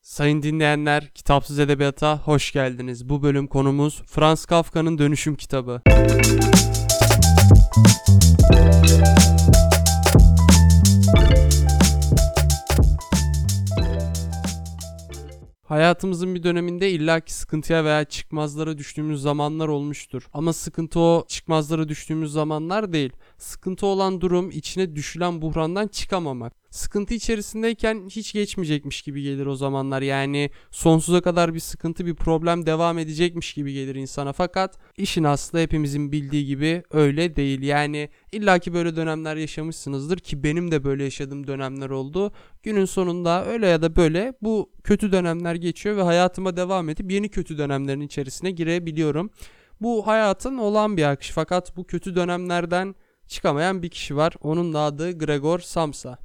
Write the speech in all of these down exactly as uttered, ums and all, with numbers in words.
Sayın dinleyenler, Kitapsız Edebiyat'a hoş geldiniz. Bu bölüm konumuz Franz Kafka'nın Dönüşüm kitabı. Hayatımızın bir döneminde illaki sıkıntıya veya çıkmazlara düştüğümüz zamanlar olmuştur. Ama sıkıntı o çıkmazlara düştüğümüz zamanlar değil. Sıkıntı olan durum içine düşülen buhrandan çıkamamak. Sıkıntı içerisindeyken hiç geçmeyecekmiş gibi gelir o zamanlar. Yani sonsuza kadar bir sıkıntı, bir problem devam edecekmiş gibi gelir insana. Fakat işin aslı hepimizin bildiği gibi öyle değil. Yani illaki böyle dönemler yaşamışsınızdır ki benim de böyle yaşadığım dönemler oldu. Günün sonunda öyle ya da böyle bu kötü dönemler geçiyor ve hayatıma devam edip yeni kötü dönemlerin içerisine girebiliyorum. Bu hayatın olan bir akışı, fakat bu kötü dönemlerden çıkamayan bir kişi var. Onun da adı Gregor Samsa.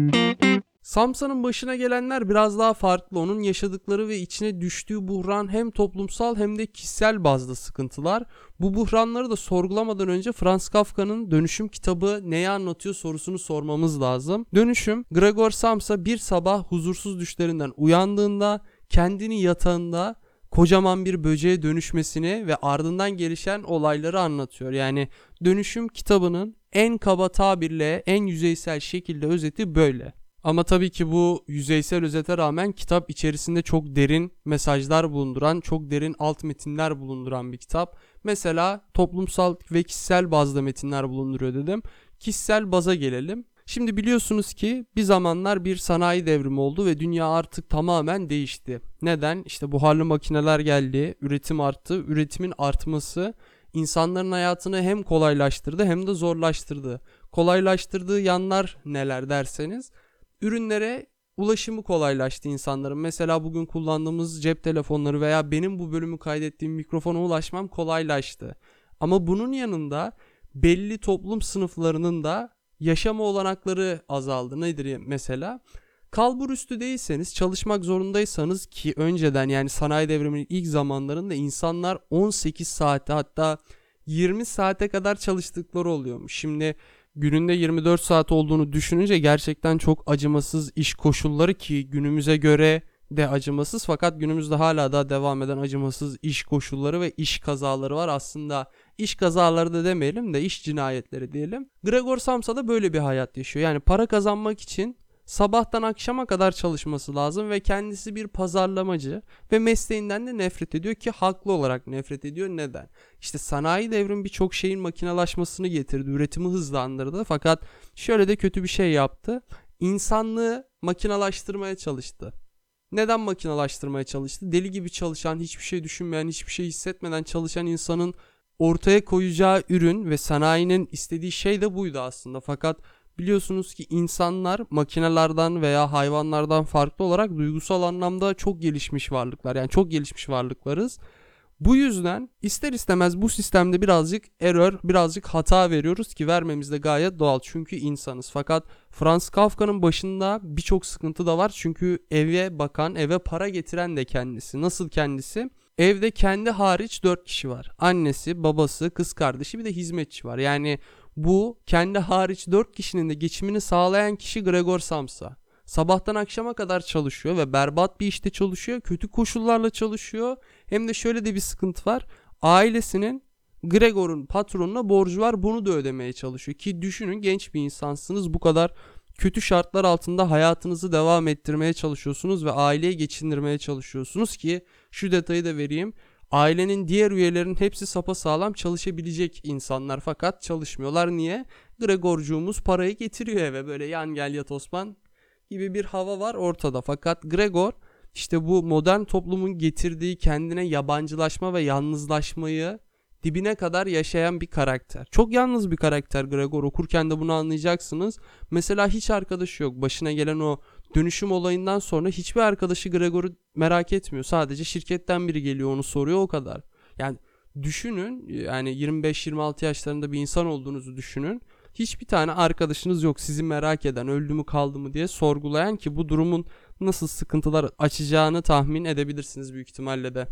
Samsa'nın başına gelenler biraz daha farklı. Onun yaşadıkları ve içine düştüğü buhran hem toplumsal hem de kişisel bazda sıkıntılar. Bu buhranları da sorgulamadan önce Franz Kafka'nın Dönüşüm kitabı neyi anlatıyor sorusunu sormamız lazım. Dönüşüm, Gregor Samsa bir sabah huzursuz düşlerinden uyandığında kendini yatağında kocaman bir böceğe dönüşmesini ve ardından gelişen olayları anlatıyor. Yani Dönüşüm kitabının en kaba tabirle en yüzeysel şekilde özeti böyle. Ama tabii ki bu yüzeysel özete rağmen kitap içerisinde çok derin mesajlar bulunduran, çok derin alt metinler bulunduran bir kitap. Mesela toplumsal ve kişisel bazda metinler bulunduruyor dedim. Kişisel baza gelelim. Şimdi biliyorsunuz ki bir zamanlar bir sanayi devrimi oldu ve dünya artık tamamen değişti. Neden? İşte buharlı makineler geldi, üretim arttı. Üretimin artması insanların hayatını hem kolaylaştırdı hem de zorlaştırdı. Kolaylaştırdığı yanlar neler derseniz, ürünlere ulaşımı kolaylaştı insanların. Mesela bugün kullandığımız cep telefonları veya benim bu bölümü kaydettiğim mikrofona ulaşmam kolaylaştı. Ama bunun yanında belli toplum sınıflarının da yaşama olanakları azaldı. Nedir mesela? Kalbur üstü değilseniz, çalışmak zorundaysanız, ki önceden yani sanayi devriminin ilk zamanlarında insanlar on sekiz saate hatta yirmi saate kadar çalıştıkları oluyormuş. Şimdi gününde yirmi dört saat olduğunu düşününce gerçekten çok acımasız iş koşulları, ki günümüze göre de acımasız, fakat günümüzde hala da devam eden acımasız iş koşulları ve iş kazaları var. Aslında iş kazaları da demeyelim de iş cinayetleri diyelim. Gregor Samsa da böyle bir hayat yaşıyor. Yani para kazanmak için sabahtan akşama kadar çalışması lazım ve kendisi bir pazarlamacı ve mesleğinden de nefret ediyor, ki haklı olarak nefret ediyor. Neden? İşte sanayi devrimi birçok şeyin makinalaşmasını getirdi, üretimi hızlandırdı, fakat şöyle de kötü bir şey yaptı. İnsanlığı makinalaştırmaya çalıştı. Neden makinalaştırmaya çalıştı? Deli gibi çalışan, hiçbir şey düşünmeyen, hiçbir şey hissetmeden çalışan insanın ortaya koyacağı ürün ve sanayinin istediği şey de buydu aslında. Fakat biliyorsunuz ki insanlar makinelerden veya hayvanlardan farklı olarak duygusal anlamda çok gelişmiş varlıklar. Yani çok gelişmiş varlıklarız. Bu yüzden ister istemez bu sistemde birazcık error, birazcık hata veriyoruz, ki vermemiz de gayet doğal. Çünkü insanız. Fakat Franz Kafka'nın başında birçok sıkıntı da var. Çünkü eve bakan, eve para getiren de kendisi. Nasıl kendisi? Evde kendi hariç dört kişi var. Annesi, babası, kız kardeşi, bir de hizmetçi var. Yani bu kendi hariç dört kişinin de geçimini sağlayan kişi Gregor Samsa. Sabahtan akşama kadar çalışıyor ve berbat bir işte çalışıyor. Kötü koşullarla çalışıyor. Hem de şöyle de bir sıkıntı var. Ailesinin Gregor'un patronuna borcu var. Bunu da ödemeye çalışıyor. Ki düşünün, genç bir insansınız. Bu kadar kötü şartlar altında hayatınızı devam ettirmeye çalışıyorsunuz ve aileyi geçindirmeye çalışıyorsunuz, ki şu detayı da vereyim. Ailenin diğer üyelerinin hepsi sapasağlam çalışabilecek insanlar, fakat çalışmıyorlar. Niye? Gregorcuğumuz parayı getiriyor eve, böyle yan gel yat Osman gibi bir hava var ortada. Fakat Gregor işte bu modern toplumun getirdiği kendine yabancılaşma ve yalnızlaşmayı dibine kadar yaşayan bir karakter. Çok yalnız bir karakter Gregor. Okurken de bunu anlayacaksınız. Mesela hiç arkadaşı yok. Başına gelen o dönüşüm olayından sonra hiçbir arkadaşı Gregor'u merak etmiyor. Sadece şirketten biri geliyor, onu soruyor, o kadar. Yani düşünün, yani yirmi beş yirmi altı yaşlarında bir insan olduğunuzu düşünün. Hiçbir tane arkadaşınız yok sizi merak eden, öldü mü kaldı mı diye sorgulayan, ki bu durumun nasıl sıkıntılar açacağını tahmin edebilirsiniz büyük ihtimalle de.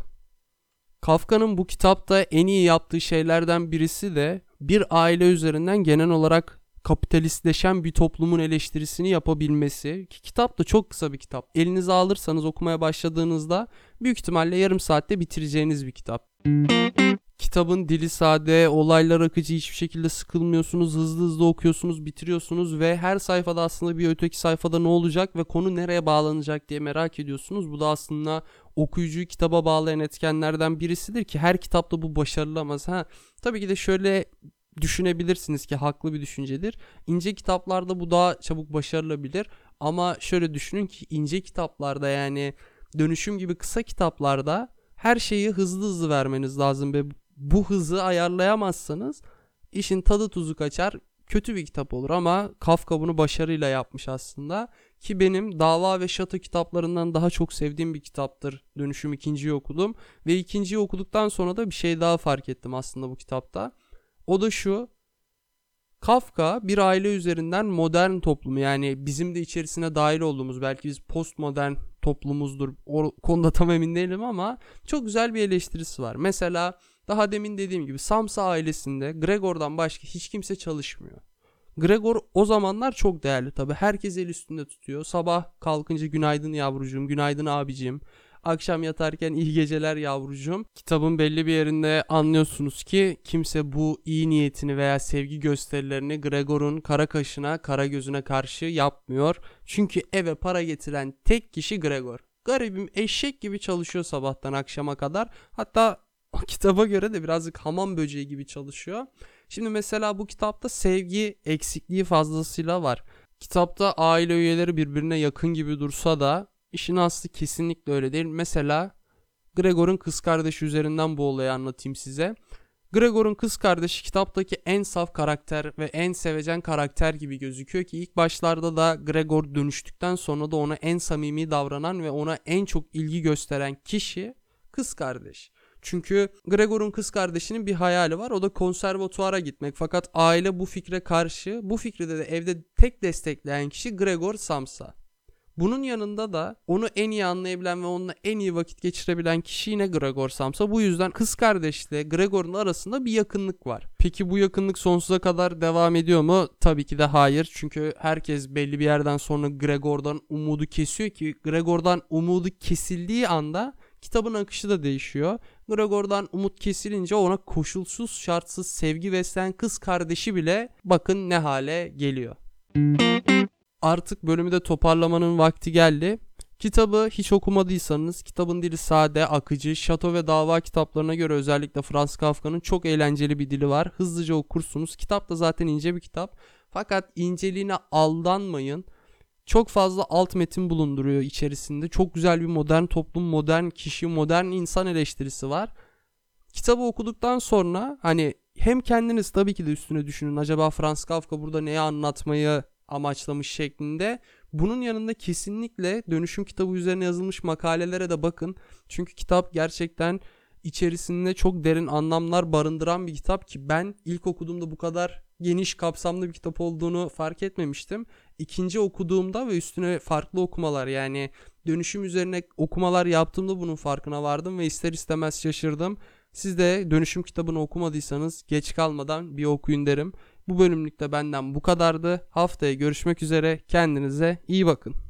Kafka'nın bu kitapta en iyi yaptığı şeylerden birisi de bir aile üzerinden genel olarak kapitalistleşen bir toplumun eleştirisini yapabilmesi. Ki kitap da çok kısa bir kitap. Elinize alırsanız okumaya başladığınızda büyük ihtimalle yarım saatte bitireceğiniz bir kitap. Kitabın dili sade, olaylar akıcı, hiçbir şekilde sıkılmıyorsunuz, hızlı hızlı okuyorsunuz, bitiriyorsunuz ve her sayfada aslında bir öteki sayfada ne olacak ve konu nereye bağlanacak diye merak ediyorsunuz. Bu da aslında okuyucuyu kitaba bağlayan etkenlerden birisidir ki her kitapta bu başarılamaz. Ha, tabii ki de şöyle düşünebilirsiniz ki haklı bir düşüncedir. İnce kitaplarda bu daha çabuk başarılabilir ama şöyle düşünün ki ince kitaplarda, yani Dönüşüm gibi kısa kitaplarda her şeyi hızlı hızlı vermeniz lazım ve bu hızı ayarlayamazsanız işin tadı tuzu kaçar, kötü bir kitap olur. Ama Kafka bunu başarıyla yapmış aslında ki benim Dava ve Şato kitaplarından daha çok sevdiğim bir kitaptır. Dönüşüm ikinciyi okudum ve ikinciyi okuduktan sonra da bir şey daha fark ettim aslında bu kitapta. O da şu: Kafka bir aile üzerinden modern toplumu, yani bizim de içerisine dahil olduğumuz, belki biz postmodern toplumuzdur, o konuda tam emin değilim ama çok güzel bir eleştirisi var. Mesela daha demin dediğim gibi Samsa ailesinde Gregor'dan başka hiç kimse çalışmıyor. Gregor o zamanlar çok değerli tabii. Herkes el üstünde tutuyor. Sabah kalkınca günaydın yavrucuğum, günaydın abicim. Akşam yatarken iyi geceler yavrucuğum. Kitabın belli bir yerinde anlıyorsunuz ki kimse bu iyi niyetini veya sevgi gösterilerini Gregor'un kara kaşına, kara gözüne karşı yapmıyor. Çünkü eve para getiren tek kişi Gregor. Garibim eşek gibi çalışıyor sabahtan akşama kadar. Hatta o kitaba göre de birazcık hamam böceği gibi çalışıyor. Şimdi mesela bu kitapta sevgi eksikliği fazlasıyla var. Kitapta aile üyeleri birbirine yakın gibi dursa da işin aslı kesinlikle öyle değil. Mesela Gregor'un kız kardeşi üzerinden bu olayı anlatayım size. Gregor'un kız kardeşi kitaptaki en saf karakter ve en sevecen karakter gibi gözüküyor ki ilk başlarda da Gregor dönüştükten sonra da ona en samimi davranan ve ona en çok ilgi gösteren kişi kız kardeş. Çünkü Gregor'un kız kardeşinin bir hayali var. O da konservatuara gitmek. Fakat aile bu fikre karşı. Bu fikri de, de evde tek destekleyen kişi Gregor Samsa. Bunun yanında da onu en iyi anlayabilen ve onunla en iyi vakit geçirebilen kişi yine Gregor Samsa. Bu yüzden kız kardeşle Gregor'un arasında bir yakınlık var. Peki bu yakınlık sonsuza kadar devam ediyor mu? Tabii ki de hayır. Çünkü herkes belli bir yerden sonra Gregor'dan umudu kesiyor ki Gregor'dan umudu kesildiği anda kitabın akışı da değişiyor. Gregor'dan umut kesilince ona koşulsuz şartsız sevgi besleyen kız kardeşi bile bakın ne hale geliyor. Artık bölümü de toparlamanın vakti geldi. Kitabı hiç okumadıysanız, kitabın dili sade, akıcı, Şato ve Dava kitaplarına göre özellikle Franz Kafka'nın çok eğlenceli bir dili var. Hızlıca okursunuz. Kitap da zaten ince bir kitap. Fakat inceliğine aldanmayın. Çok fazla alt metin bulunduruyor içerisinde. Çok güzel bir modern toplum, modern kişi, modern insan eleştirisi var. Kitabı okuduktan sonra hani hem kendiniz tabii ki de üstüne düşünün. Acaba Franz Kafka burada neyi anlatmayı amaçlamış şeklinde. Bunun yanında kesinlikle Dönüşüm kitabı üzerine yazılmış makalelere de bakın. Çünkü kitap gerçekten içerisinde çok derin anlamlar barındıran bir kitap ki ben ilk okuduğumda bu kadar geniş kapsamlı bir kitap olduğunu fark etmemiştim. İkinci okuduğumda ve üstüne farklı okumalar, yani dönüşüm üzerine okumalar yaptığımda bunun farkına vardım ve ister istemez şaşırdım. Siz de Dönüşüm kitabını okumadıysanız geç kalmadan bir okuyun derim. Bu bölümlük de benden bu kadardı. Haftaya görüşmek üzere. Kendinize iyi bakın.